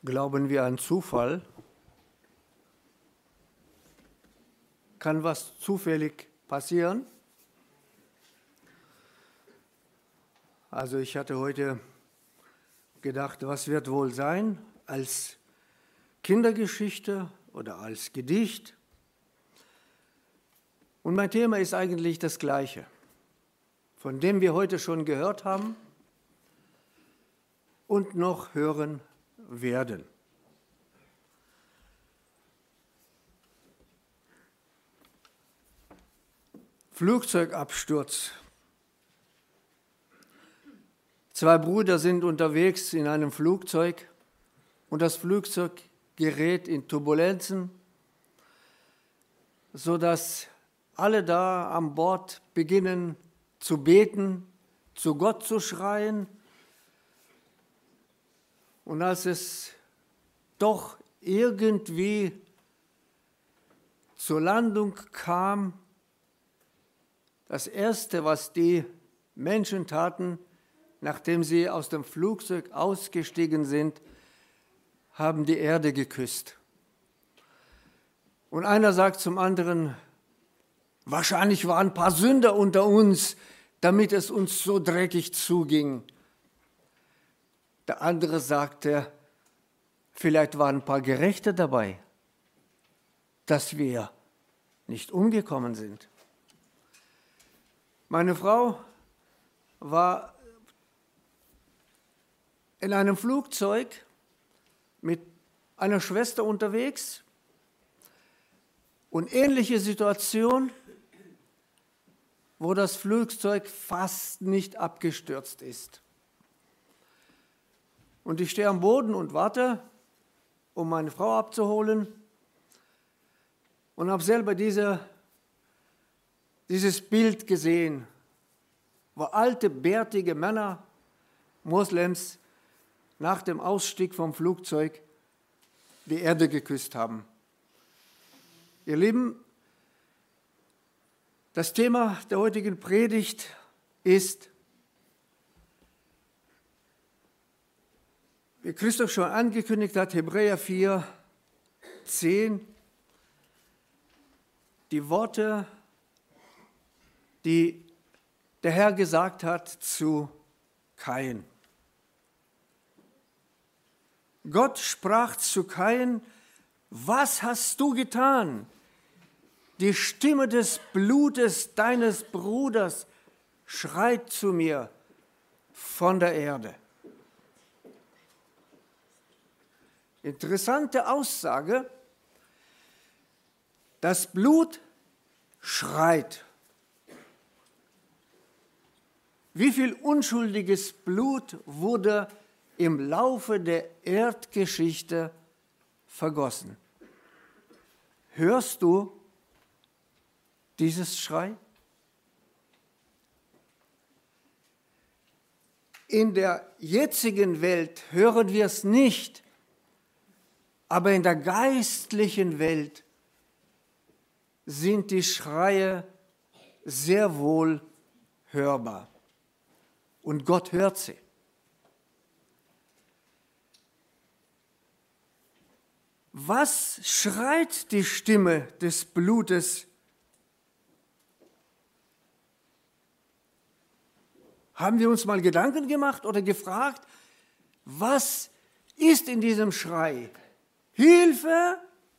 Glauben wir an Zufall? Kann was zufällig passieren? Also ich hatte heute gedacht, was wird wohl sein als Kindergeschichte oder als Gedicht? Und mein Thema ist eigentlich das Gleiche, von dem wir heute schon gehört haben und noch hören werden. Flugzeugabsturz. Zwei Brüder sind unterwegs in einem Flugzeug und das Flugzeug gerät in Turbulenzen, sodass alle da an Bord beginnen zu beten, zu Gott zu schreien. Und als es doch irgendwie zur Landung kam, das Erste, was die Menschen taten, nachdem sie aus dem Flugzeug ausgestiegen sind, haben die Erde geküsst. Und einer sagt zum anderen, wahrscheinlich waren ein paar Sünder unter uns, damit es uns so dreckig zuging. Der andere sagte, vielleicht waren ein paar Gerechte dabei, dass wir nicht umgekommen sind. Meine Frau war in einem Flugzeug mit einer Schwester unterwegs und ähnliche Situation, wo das Flugzeug fast nicht abgestürzt ist. Und ich stehe am Boden und warte, um meine Frau abzuholen und habe selber dieses Bild gesehen, wo alte, bärtige Männer, Moslems, nach dem Ausstieg vom Flugzeug die Erde geküsst haben. Ihr Lieben, das Thema der heutigen Predigt ist, wie Christoph schon angekündigt hat, Hebräer 4,10, die Worte, die der Herr gesagt hat zu Kain. Gott sprach zu Kain, was hast du getan? Die Stimme des Blutes deines Bruders schreit zu mir von der Erde. Interessante Aussage, das Blut schreit. Wie viel unschuldiges Blut wurde im Laufe der Erdgeschichte vergossen? Hörst du dieses Schrei? In der jetzigen Welt hören wir es nicht, aber in der geistlichen Welt sind die Schreie sehr wohl hörbar. Und Gott hört sie. Was schreit die Stimme des Blutes? Haben wir uns mal Gedanken gemacht oder gefragt, was ist in diesem Schrei? Hilfe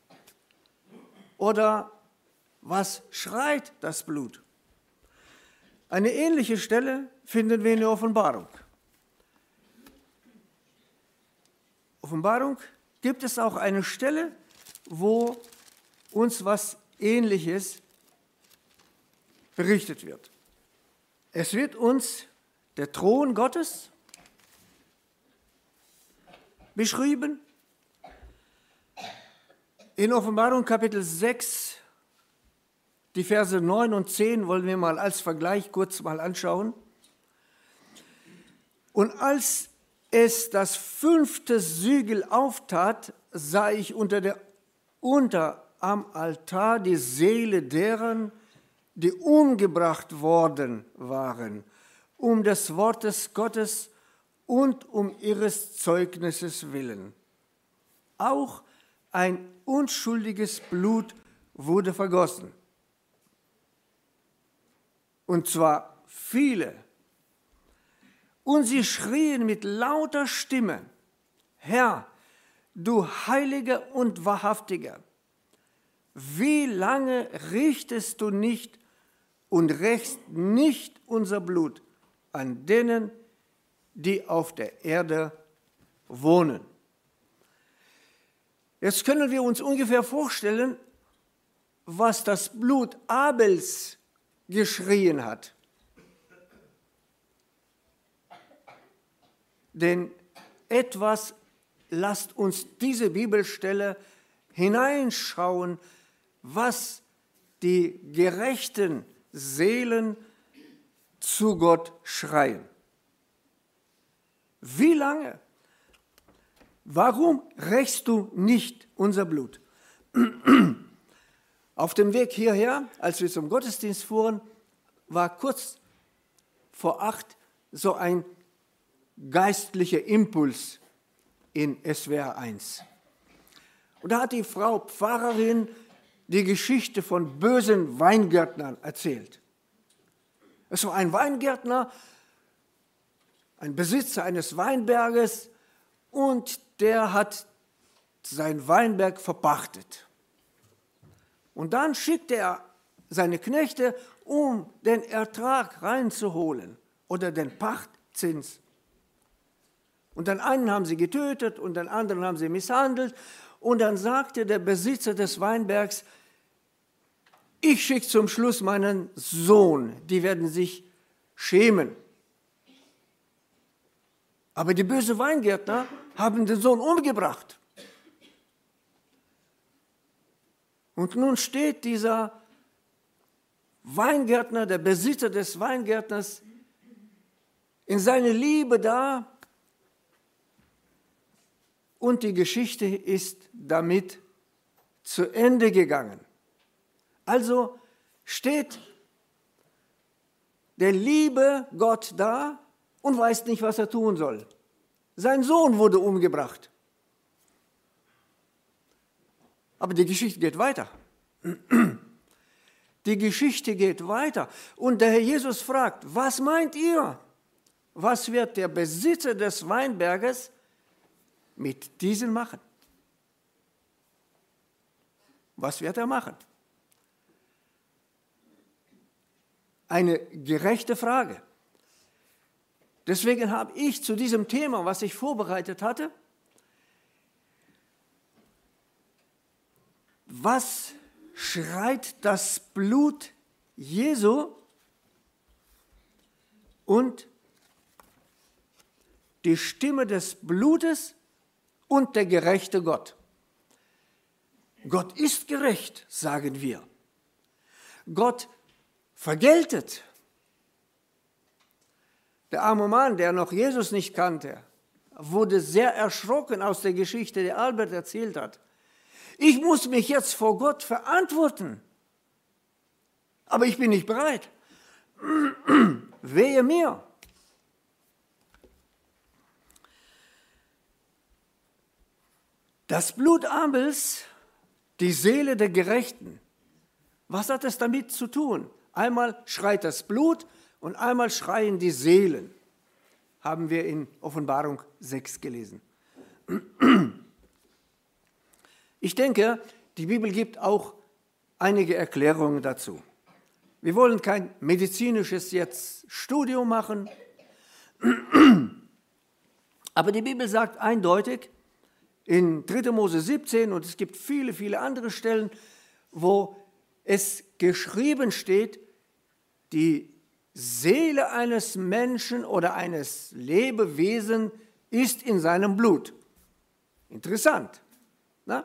oder was schreit das Blut? Eine ähnliche Stelle finden wir in der Offenbarung. Offenbarung gibt es auch eine Stelle, wo uns was Ähnliches berichtet wird. Es wird uns der Thron Gottes beschrieben. In Offenbarung Kapitel 6, die Verse 9 und 10 wollen wir mal als Vergleich kurz mal anschauen. Und als es das 5. Siegel auftat, sah ich unter am Altar die Seele deren, die umgebracht worden waren, um des Wortes Gottes und um ihres Zeugnisses willen. auch ein unschuldiges Blut wurde vergossen. Und zwar viele. Und sie schrien mit lauter Stimme: Herr, du Heiliger und Wahrhaftiger, wie lange richtest du nicht und rächst nicht unser Blut an denen, die auf der Erde wohnen? Jetzt können wir uns ungefähr vorstellen, was das Blut Abels geschrien hat. Denn lasst uns diese Bibelstelle hineinschauen, was die gerechten Seelen zu Gott schreien. Wie lange? Warum rächst du nicht unser Blut? Auf dem Weg hierher, als wir zum Gottesdienst fuhren, war kurz vor 8 so ein geistlicher Impuls in SWR 1. Und da hat die Frau Pfarrerin die Geschichte von bösen Weingärtnern erzählt. Es war ein Weingärtner, ein Besitzer eines Weinberges, und der hat seinen Weinberg verpachtet. Und dann schickte er seine Knechte, um den Ertrag reinzuholen oder den Pachtzins. Und den einen haben sie getötet und den anderen haben sie misshandelt. Und dann sagte der Besitzer des Weinbergs: Ich schicke zum Schluss meinen Sohn, die werden sich schämen. Aber die bösen Weingärtner haben den Sohn umgebracht. Und nun steht dieser Weingärtner, der Besitzer des Weingärtners, in seiner Liebe da, und die Geschichte ist damit zu Ende gegangen. Also steht der liebe Gott da und weiß nicht, was er tun soll. Sein Sohn wurde umgebracht. Aber die Geschichte geht weiter. Die Geschichte geht weiter. Und der Herr Jesus fragt: Was meint ihr? Was wird der Besitzer des Weinberges mit diesen machen? Was wird er machen? Eine gerechte Frage. Deswegen habe ich zu diesem Thema, was ich vorbereitet hatte, was schreit das Blut Jesu und die Stimme des Blutes und der gerechte Gott. Gott ist gerecht, sagen wir. Gott vergeltet. Der arme Mann, der noch Jesus nicht kannte, wurde sehr erschrocken aus der Geschichte, die Albert erzählt hat. Ich muss mich jetzt vor Gott verantworten, aber ich bin nicht bereit. Wehe mir. Das Blut Abels, die Seele der Gerechten, was hat es damit zu tun? Einmal schreit das Blut und einmal schreien die Seelen, haben wir in Offenbarung 6 gelesen. Ich denke, die Bibel gibt auch einige Erklärungen dazu. Wir wollen kein medizinisches Studium machen, aber die Bibel sagt eindeutig in 3. Mose 17, und es gibt viele, viele andere Stellen, wo es geschrieben steht, die Seele eines Menschen oder eines Lebewesen ist in seinem Blut. Interessant. Na?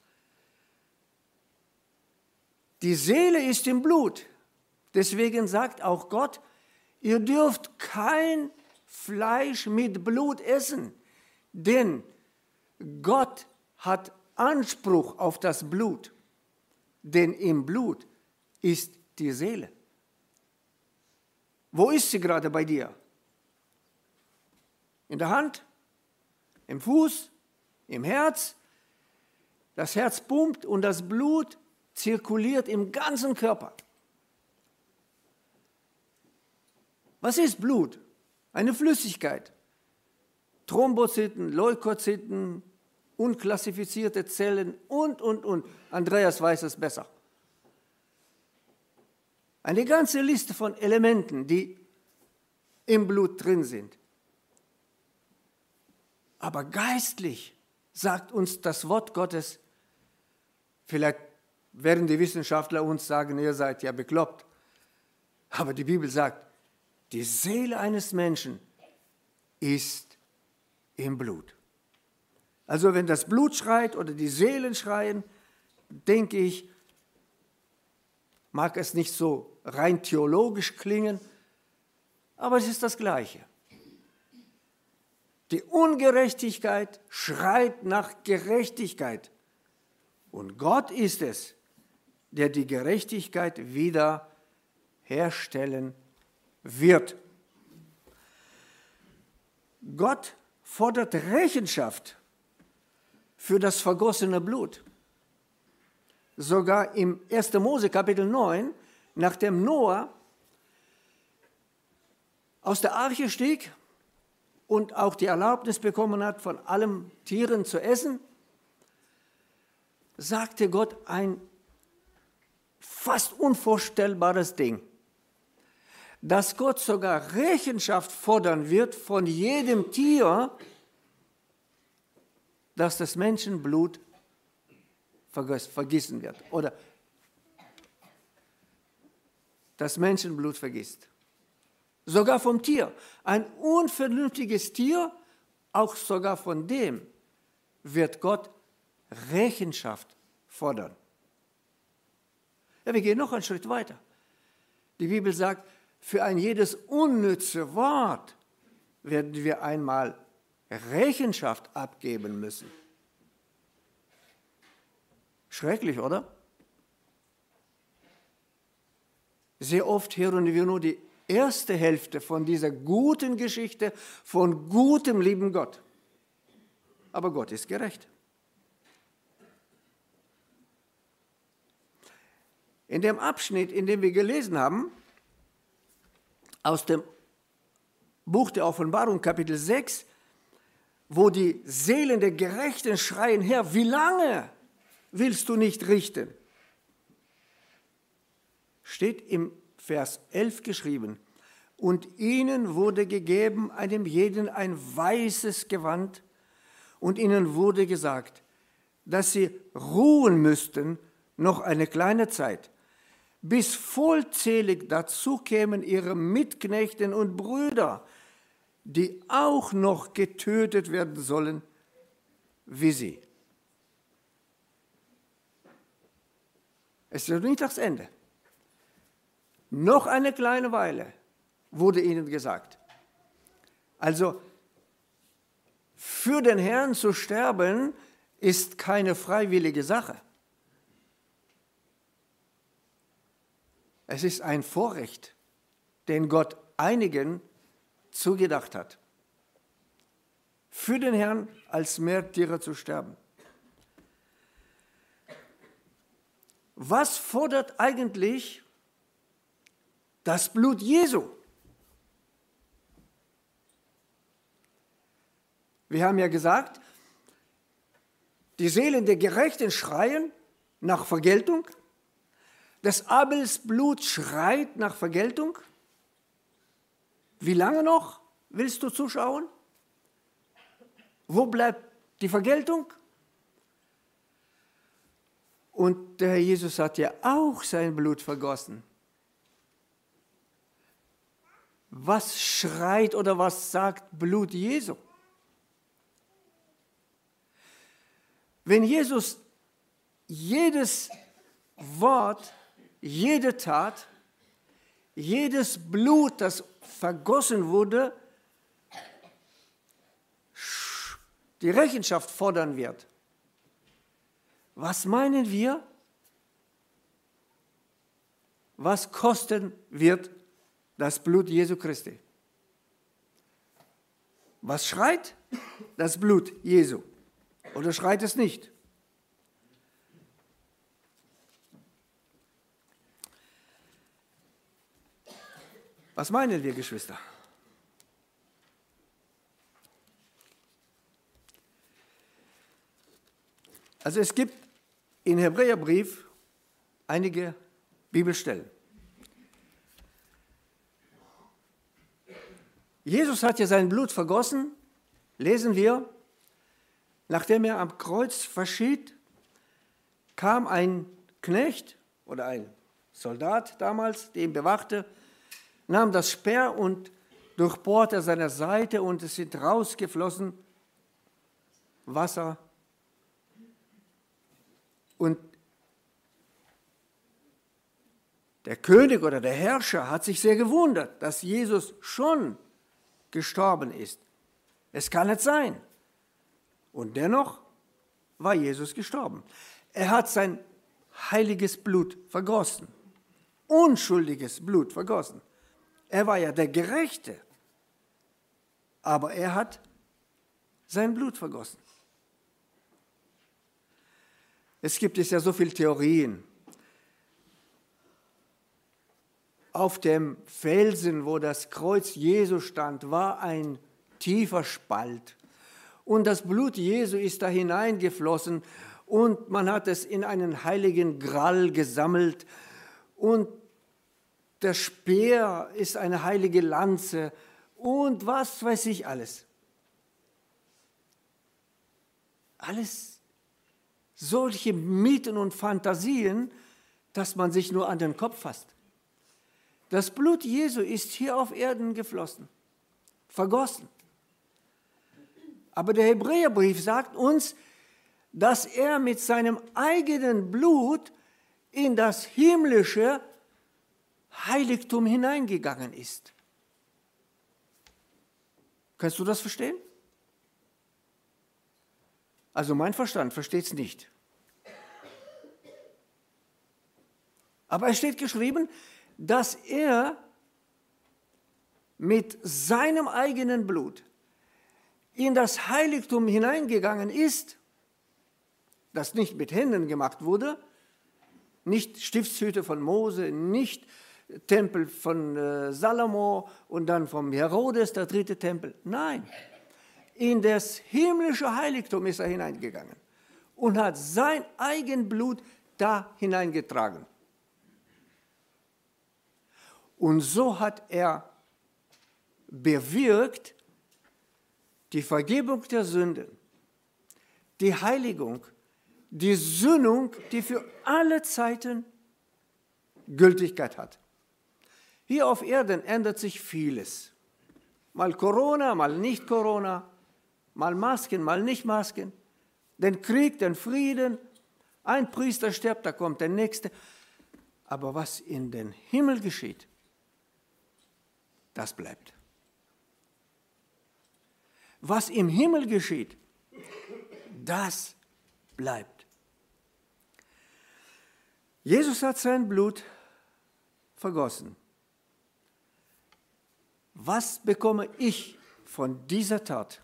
Die Seele ist im Blut. Deswegen sagt auch Gott, ihr dürft kein Fleisch mit Blut essen, denn Gott hat Anspruch auf das Blut, denn im Blut ist die Seele. Wo ist sie gerade bei dir? In der Hand? Im Fuß? Im Herz? Das Herz pumpt und das Blut zirkuliert im ganzen Körper. Was ist Blut? Eine Flüssigkeit. Thrombozyten, Leukozyten, unklassifizierte Zellen und. Andreas weiß es besser. Eine ganze Liste von Elementen, die im Blut drin sind. Aber geistlich sagt uns das Wort Gottes, vielleicht werden die Wissenschaftler uns sagen, ihr seid ja bekloppt, aber die Bibel sagt, die Seele eines Menschen ist im Blut. Also wenn das Blut schreit oder die Seelen schreien, denke ich, mag es nicht so rein theologisch klingen, aber es ist das Gleiche. Die Ungerechtigkeit schreit nach Gerechtigkeit. Und Gott ist es, der die Gerechtigkeit wieder herstellen wird. Gott fordert Rechenschaft für das vergossene Blut. Sogar im 1. Mose Kapitel 9, nachdem Noah aus der Arche stieg und auch die Erlaubnis bekommen hat, von allen Tieren zu essen, sagte Gott ein fast unvorstellbares Ding, dass Gott sogar Rechenschaft fordern wird von jedem Tier, das das Menschenblut vergießen wird oder das Menschenblut vergisst. Sogar vom Tier. Ein unvernünftiges Tier, auch sogar von dem wird Gott Rechenschaft fordern. Ja, wir gehen noch einen Schritt weiter. Die Bibel sagt, für ein jedes unnütze Wort werden wir einmal Rechenschaft abgeben müssen. Schrecklich, oder? Sehr oft hören wir nur die erste Hälfte von dieser guten Geschichte von gutem, lieben Gott. Aber Gott ist gerecht. In dem Abschnitt, in dem wir gelesen haben, aus dem Buch der Offenbarung, Kapitel 6, wo die Seelen der Gerechten schreien, Herr, wie lange willst du nicht richten? Steht im Vers 11 geschrieben, und ihnen wurde gegeben, einem jeden ein weißes Gewand, und ihnen wurde gesagt, dass sie ruhen müssten noch eine kleine Zeit, bis vollzählig dazu kämen ihre Mitknechten und Brüder, die auch noch getötet werden sollen wie sie. Es ist nicht das Ende. Noch eine kleine Weile wurde ihnen gesagt. Also für den Herrn zu sterben ist keine freiwillige Sache. Es ist ein Vorrecht, den Gott einigen zugedacht hat, für den Herrn als Märtyrer zu sterben. Was fordert eigentlich das Blut Jesu? Wir haben ja gesagt, die Seelen der Gerechten schreien nach Vergeltung. Das Abels Blut schreit nach Vergeltung. Wie lange noch willst du zuschauen? Wo bleibt die Vergeltung? Und der Herr Jesus hat ja auch sein Blut vergossen. Was schreit oder was sagt Blut Jesu? Wenn Jesus jedes Wort, jede Tat, jedes Blut, das vergossen wurde, die Rechenschaft fordern wird, was meinen wir, was kosten wird das Blut Jesu Christi? Was schreit? Das Blut Jesu. Oder schreit es nicht? Was meinen wir, Geschwister? Also es gibt im Hebräerbrief einige Bibelstellen. Jesus hat ja sein Blut vergossen, lesen wir, nachdem er am Kreuz verschied, kam ein Knecht oder ein Soldat damals, der ihn bewachte, nahm das Speer und durchbohrte seine Seite und es sind rausgeflossen Wasser. Und der König oder der Herrscher hat sich sehr gewundert, dass Jesus schon gestorben ist. Es kann nicht sein. Und dennoch war Jesus gestorben. Er hat sein heiliges Blut vergossen, unschuldiges Blut vergossen. Er war ja der Gerechte, aber er hat sein Blut vergossen. Es gibt ja so viele Theorien. Auf dem Felsen, wo das Kreuz Jesu stand, war ein tiefer Spalt. Und das Blut Jesu ist da hineingeflossen und man hat es in einen heiligen Gral gesammelt. Und der Speer ist eine heilige Lanze und was weiß ich alles. Alles solche Mythen und Fantasien, dass man sich nur an den Kopf fasst. Das Blut Jesu ist hier auf Erden geflossen, vergossen. Aber der Hebräerbrief sagt uns, dass er mit seinem eigenen Blut in das himmlische Heiligtum hineingegangen ist. Kannst du das verstehen? Also mein Verstand versteht es nicht. Aber es steht geschrieben, dass er mit seinem eigenen Blut in das Heiligtum hineingegangen ist, das nicht mit Händen gemacht wurde, nicht Stiftshütte von Mose, nicht Tempel von Salomo und dann vom Herodes, der 3. Tempel. Nein, in das himmlische Heiligtum ist er hineingegangen und hat sein eigen Blut da hineingetragen. Und so hat er bewirkt, die Vergebung der Sünden, die Heiligung, die Sühnung, die für alle Zeiten Gültigkeit hat. Hier auf Erden ändert sich vieles. Mal Corona, mal nicht Corona, mal Masken, mal nicht Masken, den Krieg, den Frieden, ein Priester stirbt, da kommt der nächste. Aber was in den Himmel geschieht, das bleibt. Was im Himmel geschieht, das bleibt. Jesus hat sein Blut vergossen. Was bekomme ich von dieser Tat?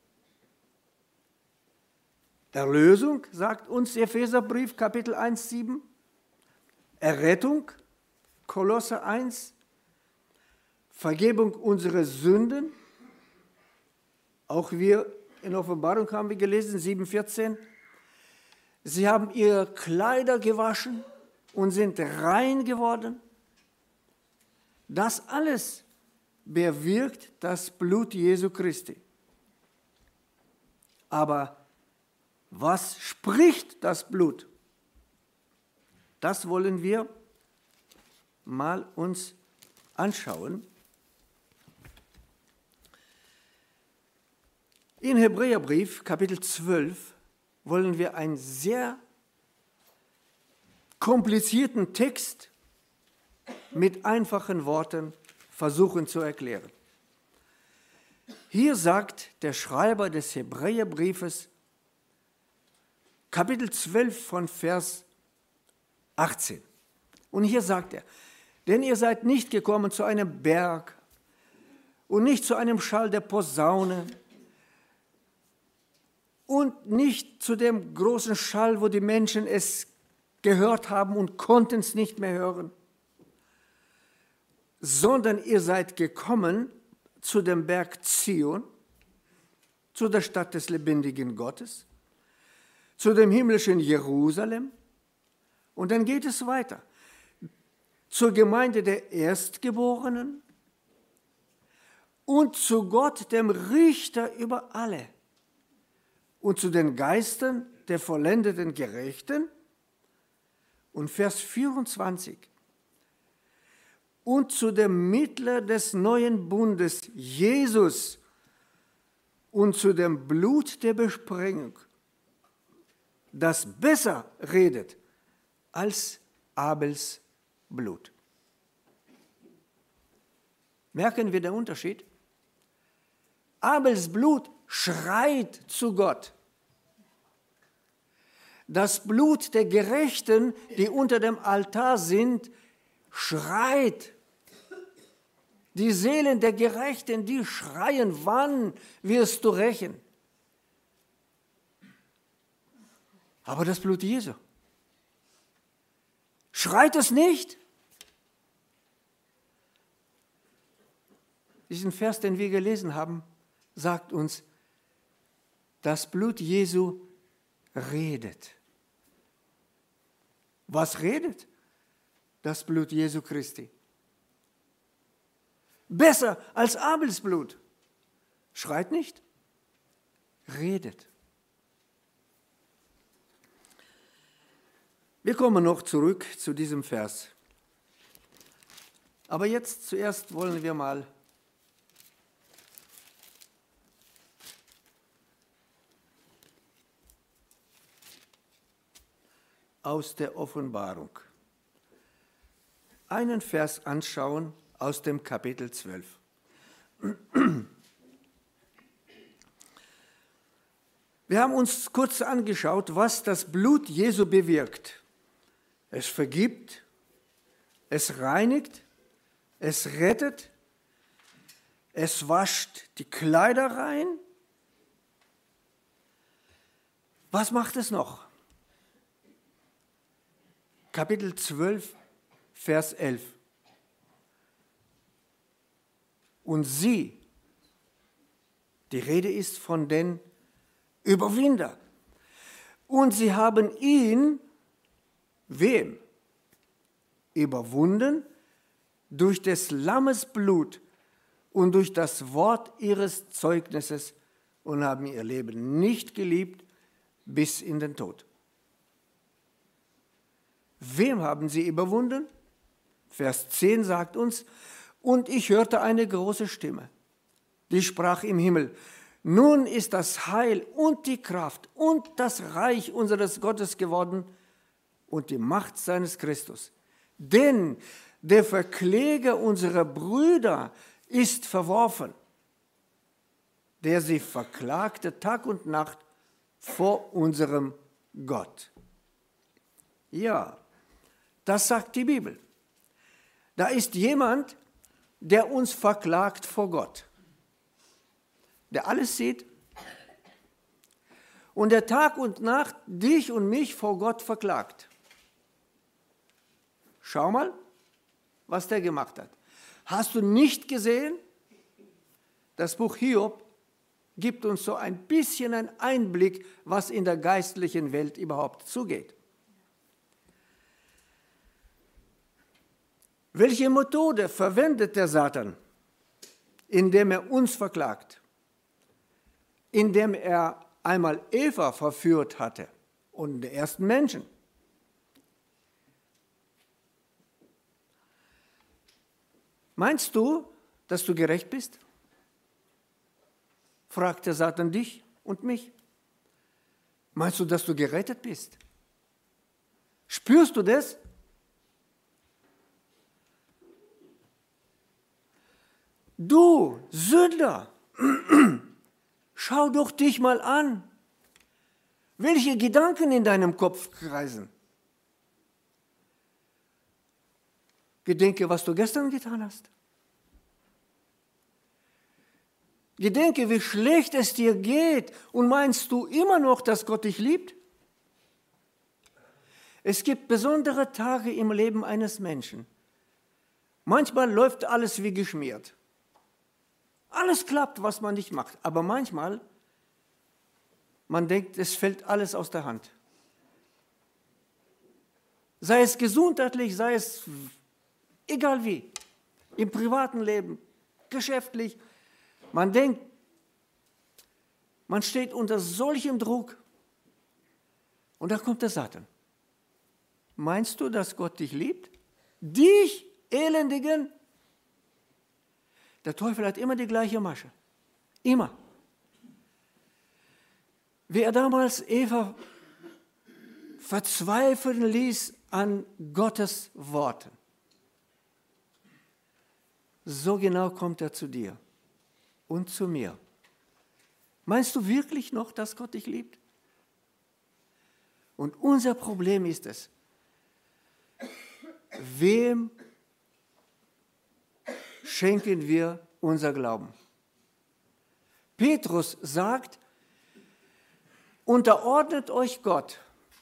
Erlösung, sagt uns Epheserbrief, Kapitel 1, 7. Errettung, Kolosser 1. Vergebung unserer Sünden. Auch wir in Offenbarung haben wir gelesen, 7,14. Sie haben ihre Kleider gewaschen und sind rein geworden. Das alles bewirkt das Blut Jesu Christi. Aber was spricht das Blut? Das wollen wir mal uns anschauen. In Hebräerbrief, Kapitel 12, wollen wir einen sehr komplizierten Text mit einfachen Worten versuchen zu erklären. Hier sagt der Schreiber des Hebräerbriefes, Kapitel 12 von Vers 18. Und hier sagt er, denn ihr seid nicht gekommen zu einem Berg und nicht zu einem Schall der Posaune und nicht zu dem großen Schall, wo die Menschen es gehört haben und konnten es nicht mehr hören, sondern ihr seid gekommen zu dem Berg Zion, zu der Stadt des lebendigen Gottes, zu dem himmlischen Jerusalem. Und dann geht es weiter. Zur Gemeinde der Erstgeborenen und zu Gott, dem Richter über alle, und zu den Geistern der vollendeten Gerechten. Und Vers 24. Und zu dem Mittler des neuen Bundes, Jesus, und zu dem Blut der Besprengung, das besser redet als Abels Blut. Merken wir den Unterschied? Abels Blut schreit zu Gott. Das Blut der Gerechten, die unter dem Altar sind, schreit. Die Seelen der Gerechten, die schreien, wann wirst du rächen? Aber das Blut Jesu, schreit es nicht? Diesen Vers, den wir gelesen haben, sagt uns, das Blut Jesu redet. Was redet? Das Blut Jesu Christi. Besser als Abels Blut. Schreit nicht, redet. Wir kommen noch zurück zu diesem Vers. Aber jetzt zuerst wollen wir mal aus der Offenbarung einen Vers anschauen aus dem Kapitel 12. Wir haben uns kurz angeschaut, was das Blut Jesu bewirkt. Es vergibt, es reinigt, es rettet, es wascht die Kleider rein. Was macht es noch? Kapitel 12, Vers 11. Und sie, die Rede ist von den Überwindern. Und sie haben ihn, wem? Überwunden durch des Lammes Blut und durch das Wort ihres Zeugnisses und haben ihr Leben nicht geliebt bis in den Tod. Wem haben sie überwunden? Vers 10 sagt uns, und ich hörte eine große Stimme, die sprach im Himmel, nun ist das Heil und die Kraft und das Reich unseres Gottes geworden und die Macht seines Christus. Denn der Verkläger unserer Brüder ist verworfen, der sie verklagte Tag und Nacht vor unserem Gott. Ja, das sagt die Bibel. Da ist jemand, der uns verklagt vor Gott, der alles sieht und der Tag und Nacht dich und mich vor Gott verklagt. Schau mal, was der gemacht hat. Hast du nicht gesehen? Das Buch Hiob gibt uns so ein bisschen einen Einblick, was in der geistlichen Welt überhaupt zugeht. Welche Methode verwendet der Satan, indem er uns verklagt? Indem er einmal Eva verführt hatte und den ersten Menschen. Meinst du, dass du gerecht bist? Fragt der Satan dich und mich. Meinst du, dass du gerettet bist? Spürst du das? Du Sünder, schau doch dich mal an. Welche Gedanken in deinem Kopf kreisen? Gedenke, was du gestern getan hast. Gedenke, wie schlecht es dir geht und meinst du immer noch, dass Gott dich liebt? Es gibt besondere Tage im Leben eines Menschen, Manchmal läuft alles wie geschmiert. Alles klappt, was man nicht macht. Aber manchmal, man denkt, es fällt alles aus der Hand. Sei es gesundheitlich, sei es egal wie, im privaten Leben, geschäftlich. Man denkt, man steht unter solchem Druck. Und da kommt der Satan. Meinst du, dass Gott dich liebt? Dich, Elendigen? Der Teufel hat immer die gleiche Masche. Immer. Wie er damals Eva verzweifeln ließ an Gottes Worten. So genau kommt er zu dir und zu mir. Meinst du wirklich noch, dass Gott dich liebt? Und unser Problem ist es, wem schenken wir unser Glauben? Petrus sagt, unterordnet euch Gott.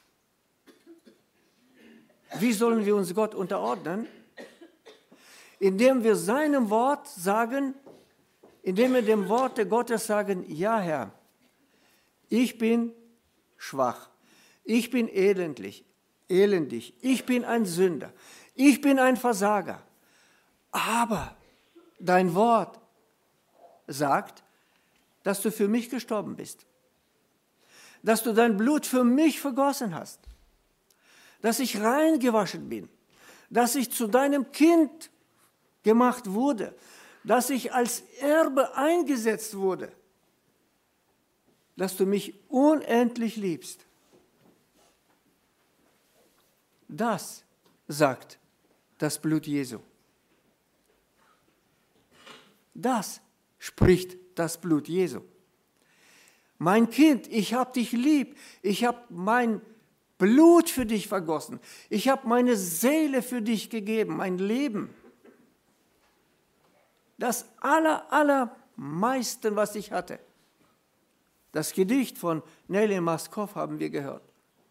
Wie sollen wir uns Gott unterordnen? Indem wir seinem Wort sagen, indem wir dem Worte Gottes sagen, ja Herr, ich bin schwach, ich bin elendig, ich bin ein Sünder, ich bin ein Versager. Aber dein Wort sagt, dass du für mich gestorben bist, dass du dein Blut für mich vergossen hast, dass ich reingewaschen bin, dass ich zu deinem Kind gemacht wurde, dass ich als Erbe eingesetzt wurde, dass du mich unendlich liebst. Das sagt das Blut Jesu. Das spricht das Blut Jesu. Mein Kind, ich habe dich lieb, ich habe mein Blut für dich vergossen, ich habe meine Seele für dich gegeben, mein Leben. Das allermeiste, was ich hatte. Das Gedicht von Nelly Maskov haben wir gehört.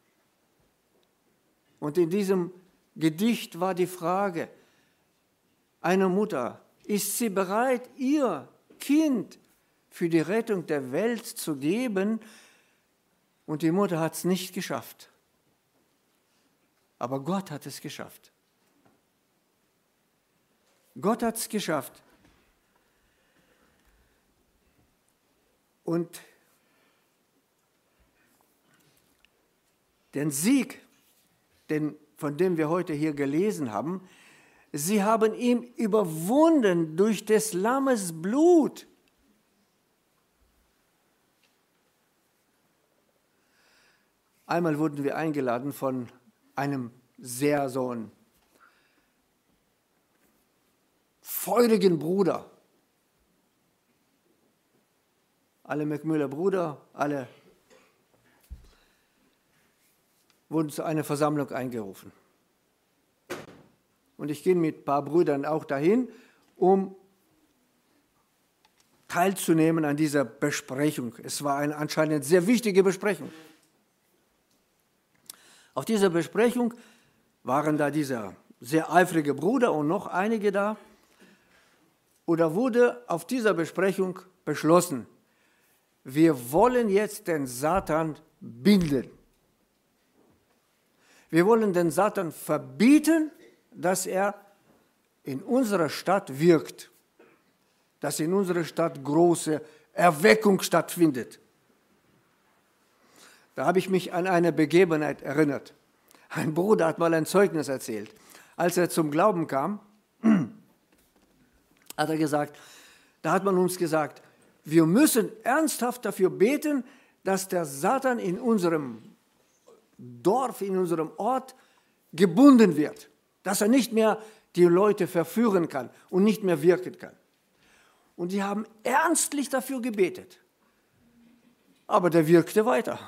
Und in diesem Gedicht war die Frage einer Mutter, ist sie bereit, ihr Kind für die Rettung der Welt zu geben? Und die Mutter hat es nicht geschafft. Aber Gott hat es geschafft. Gott hat es geschafft. Und den Sieg, von dem wir heute hier gelesen haben, sie haben ihn überwunden durch des Lammes Blut. Einmal wurden wir eingeladen von einem sehr so einen feurigen Bruder. Alle McMüller Brüder, alle wurden zu einer Versammlung eingerufen. Und ich ging mit ein paar Brüdern auch dahin, um teilzunehmen an dieser Besprechung. Es war eine anscheinend sehr wichtige Besprechung. Auf dieser Besprechung waren da dieser sehr eifrige Bruder und noch einige da. Und da wurde auf dieser Besprechung beschlossen, wir wollen jetzt den Satan binden. Wir wollen den Satan verbieten, dass er in unserer Stadt wirkt, dass in unserer Stadt große Erweckung stattfindet. Da habe ich mich an eine Begebenheit erinnert. Ein Bruder hat mal ein Zeugnis erzählt. Als er zum Glauben kam, hat er gesagt, da hat man uns gesagt, wir müssen ernsthaft dafür beten, dass der Satan in unserem Dorf, in unserem Ort gebunden wird, dass er nicht mehr die Leute verführen kann und nicht mehr wirken kann. Und die haben ernstlich dafür gebetet. Aber der wirkte weiter.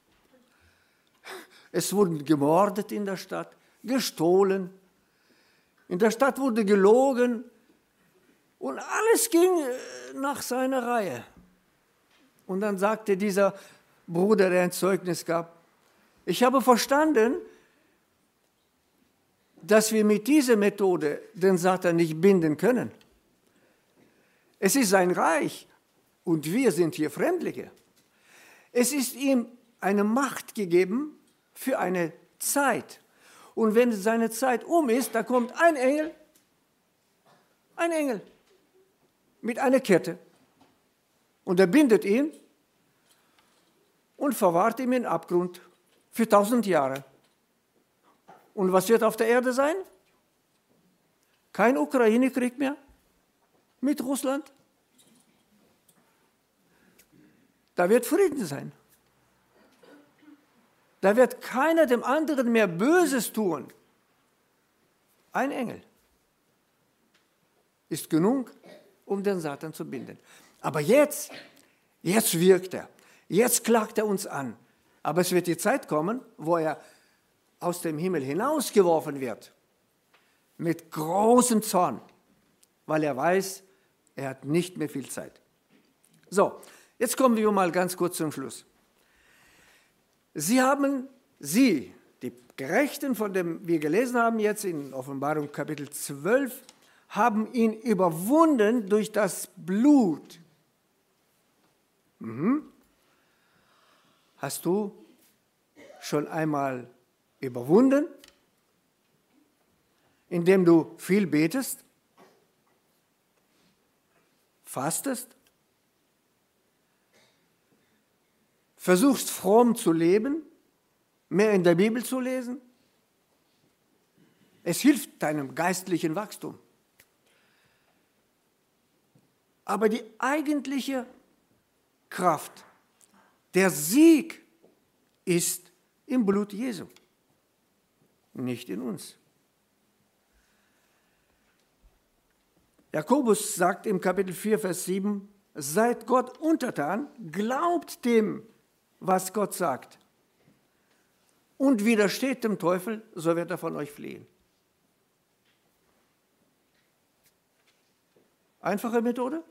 Es wurden gemordet in der Stadt, gestohlen. In der Stadt wurde gelogen. Und alles ging nach seiner Reihe. Und dann sagte dieser Bruder, der ein Zeugnis gab, ich habe verstanden, dass wir mit dieser Methode den Satan nicht binden können. Es ist sein Reich und wir sind hier Fremdlinge. Es ist ihm eine Macht gegeben für eine Zeit. Und wenn seine Zeit ist, da kommt ein Engel mit einer Kette und er bindet ihn und verwahrt ihn in den Abgrund für 1000 Jahre. Und was wird auf der Erde sein? Kein Ukraine-Krieg mehr mit Russland. Da wird Frieden sein. Da wird keiner dem anderen mehr Böses tun. Ein Engel ist genug, um den Satan zu binden. Aber jetzt wirkt er. Jetzt klagt er uns an. Aber es wird die Zeit kommen, wo er aus dem Himmel hinausgeworfen wird. Mit großem Zorn. Weil er weiß, er hat nicht mehr viel Zeit. So, jetzt kommen wir mal ganz kurz zum Schluss. Sie, die Gerechten, von dem wir gelesen haben jetzt in Offenbarung Kapitel 12, haben ihn überwunden durch das Blut. Hast du schon einmal überwunden, indem du viel betest, fastest, versuchst fromm zu leben, mehr in der Bibel zu lesen? Es hilft deinem geistlichen Wachstum. Aber die eigentliche Kraft, der Sieg ist im Blut Jesu, nicht in uns. Jakobus sagt im Kapitel 4, Vers 7, seid Gott untertan, glaubt dem, was Gott sagt, und widersteht dem Teufel, so wird er von euch fliehen. Einfache Methode?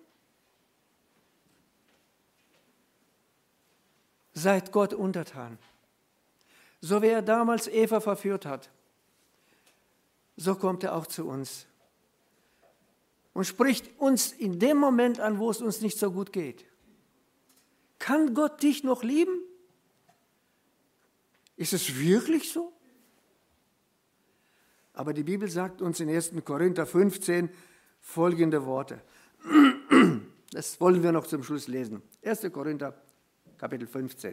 Seid Gott untertan. So wie er damals Eva verführt hat, so kommt er auch zu uns und spricht uns in dem Moment an, wo es uns nicht so gut geht. Kann Gott dich noch lieben? Ist es wirklich so? Aber die Bibel sagt uns in 1. Korinther 15 folgende Worte. Das wollen wir noch zum Schluss lesen. 1. Korinther, Kapitel 15.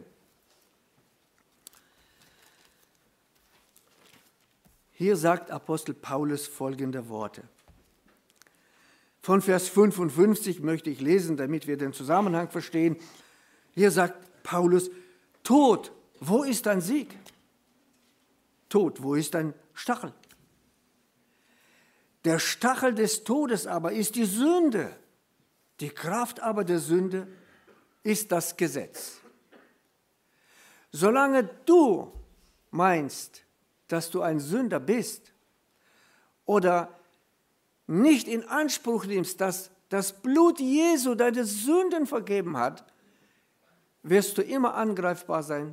Hier sagt Apostel Paulus folgende Worte. Von Vers 55 möchte ich lesen, damit wir den Zusammenhang verstehen. Hier sagt Paulus, Tod, wo ist dein Sieg? Tod, wo ist dein Stachel? Der Stachel des Todes aber ist die Sünde. Die Kraft aber der Sünde ist das Gesetz. Solange du meinst, dass du ein Sünder bist oder nicht in Anspruch nimmst, dass das Blut Jesu deine Sünden vergeben hat, wirst du immer angreifbar sein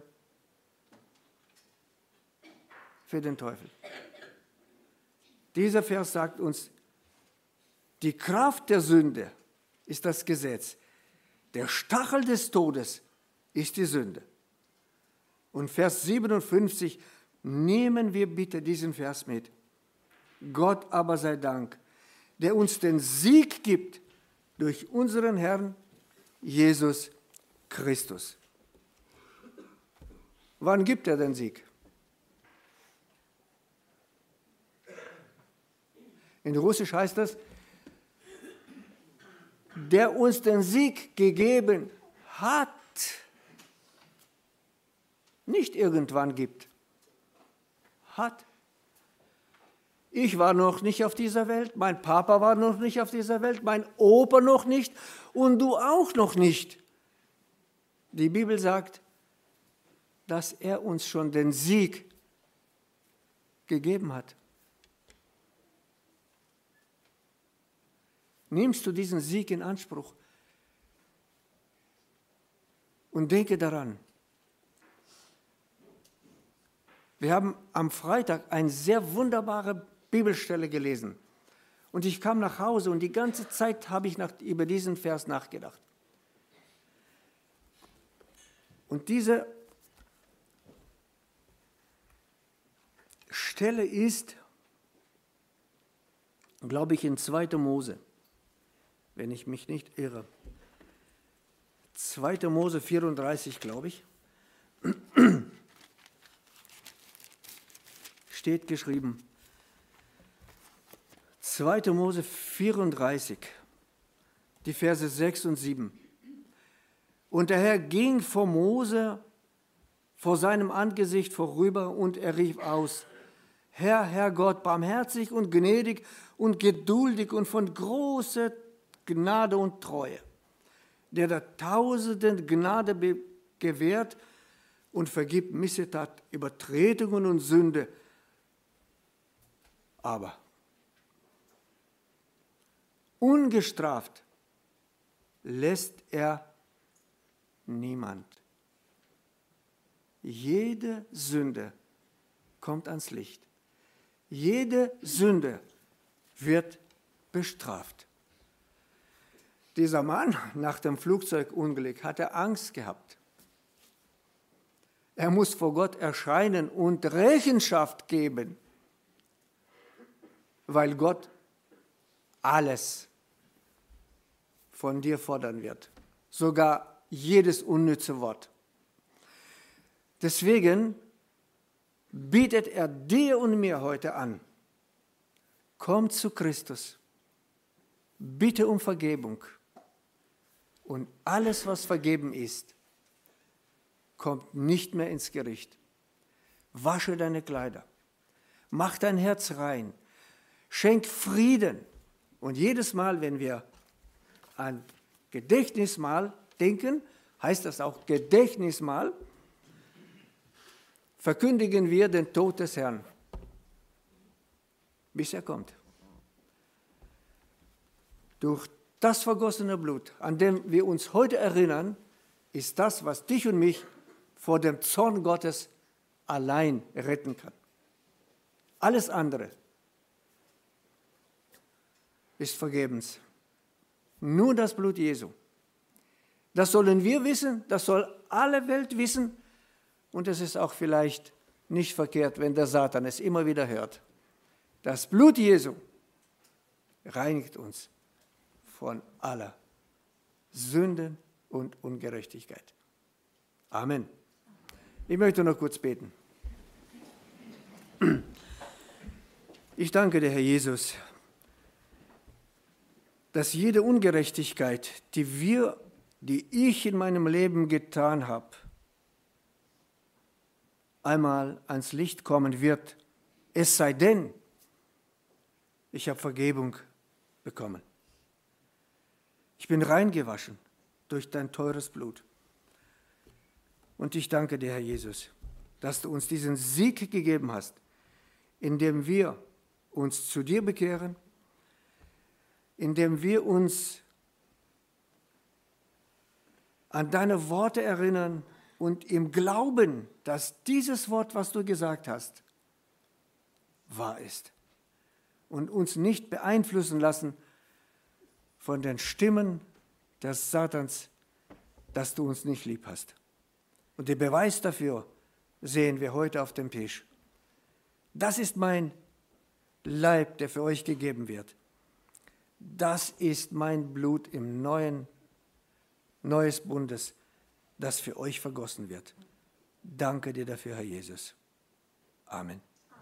für den Teufel. Dieser Vers sagt uns, die Kraft der Sünde ist das Gesetz. Der Stachel des Todes ist die Sünde. Und Vers 57, nehmen wir bitte diesen Vers mit. Gott aber sei Dank, der uns den Sieg gibt durch unseren Herrn Jesus Christus. Wann gibt er den Sieg? In Russisch heißt das, der uns den Sieg gegeben hat, nicht irgendwann gibt, hat. Ich war noch nicht auf dieser Welt, mein Papa war noch nicht auf dieser Welt, mein Opa noch nicht und du auch noch nicht. Die Bibel sagt, dass er uns schon den Sieg gegeben hat. Nimmst du diesen Sieg in Anspruch und denke daran. Wir haben am Freitag eine sehr wunderbare Bibelstelle gelesen. Und ich kam nach Hause und die ganze Zeit habe ich über diesen Vers nachgedacht. Und diese Stelle ist, glaube ich, in 2. Mose, wenn ich mich nicht irre. 2. Mose 34, glaube ich, steht geschrieben. 2. Mose 34, die Verse 6 und 7. Und der Herr ging vor Mose, vor seinem Angesicht vorüber, und er rief aus: Herr, Herr Gott, barmherzig und gnädig und geduldig und von großer Gnade und Treue, der Tausenden Gnade gewährt und vergibt Missetat, Übertretungen und Sünde. Aber ungestraft lässt er niemand. Jede Sünde kommt ans Licht. Jede Sünde wird bestraft. Dieser Mann nach dem Flugzeugunglück hatte Angst gehabt. Er muss vor Gott erscheinen und Rechenschaft geben, weil Gott alles von dir fordern wird, sogar jedes unnütze Wort. Deswegen bietet er dir und mir heute an: Komm zu Christus, bitte um Vergebung, und alles, was vergeben ist, kommt nicht mehr ins Gericht. Wasche deine Kleider, mach dein Herz rein, schenk Frieden. Und jedes Mal, wenn wir an Gedächtnismahl denken, heißt das auch Gedächtnismahl, verkündigen wir den Tod des Herrn, bis er kommt. Durch das vergossene Blut, an dem wir uns heute erinnern, ist das, was dich und mich vor dem Zorn Gottes allein retten kann. Alles andere ist vergebens. Nur das Blut Jesu. Das sollen wir wissen, das soll alle Welt wissen, und es ist auch vielleicht nicht verkehrt, wenn der Satan es immer wieder hört. Das Blut Jesu reinigt uns von aller Sünden und Ungerechtigkeit. Amen. Ich möchte noch kurz beten. Ich danke dir, Herr Jesus, dass jede Ungerechtigkeit, die ich in meinem Leben getan habe, einmal ans Licht kommen wird, es sei denn, ich habe Vergebung bekommen. Ich bin reingewaschen durch dein teures Blut. Und ich danke dir, Herr Jesus, dass du uns diesen Sieg gegeben hast, indem wir uns zu dir bekehren, indem wir uns an deine Worte erinnern und im Glauben, dass dieses Wort, was du gesagt hast, wahr ist. Und uns nicht beeinflussen lassen von den Stimmen des Satans, dass du uns nicht lieb hast. Und den Beweis dafür sehen wir heute auf dem Tisch. Das ist mein Leib, der für euch gegeben wird. Das ist mein Blut im Neues Bundes, das für euch vergossen wird. Danke dir dafür, Herr Jesus. Amen.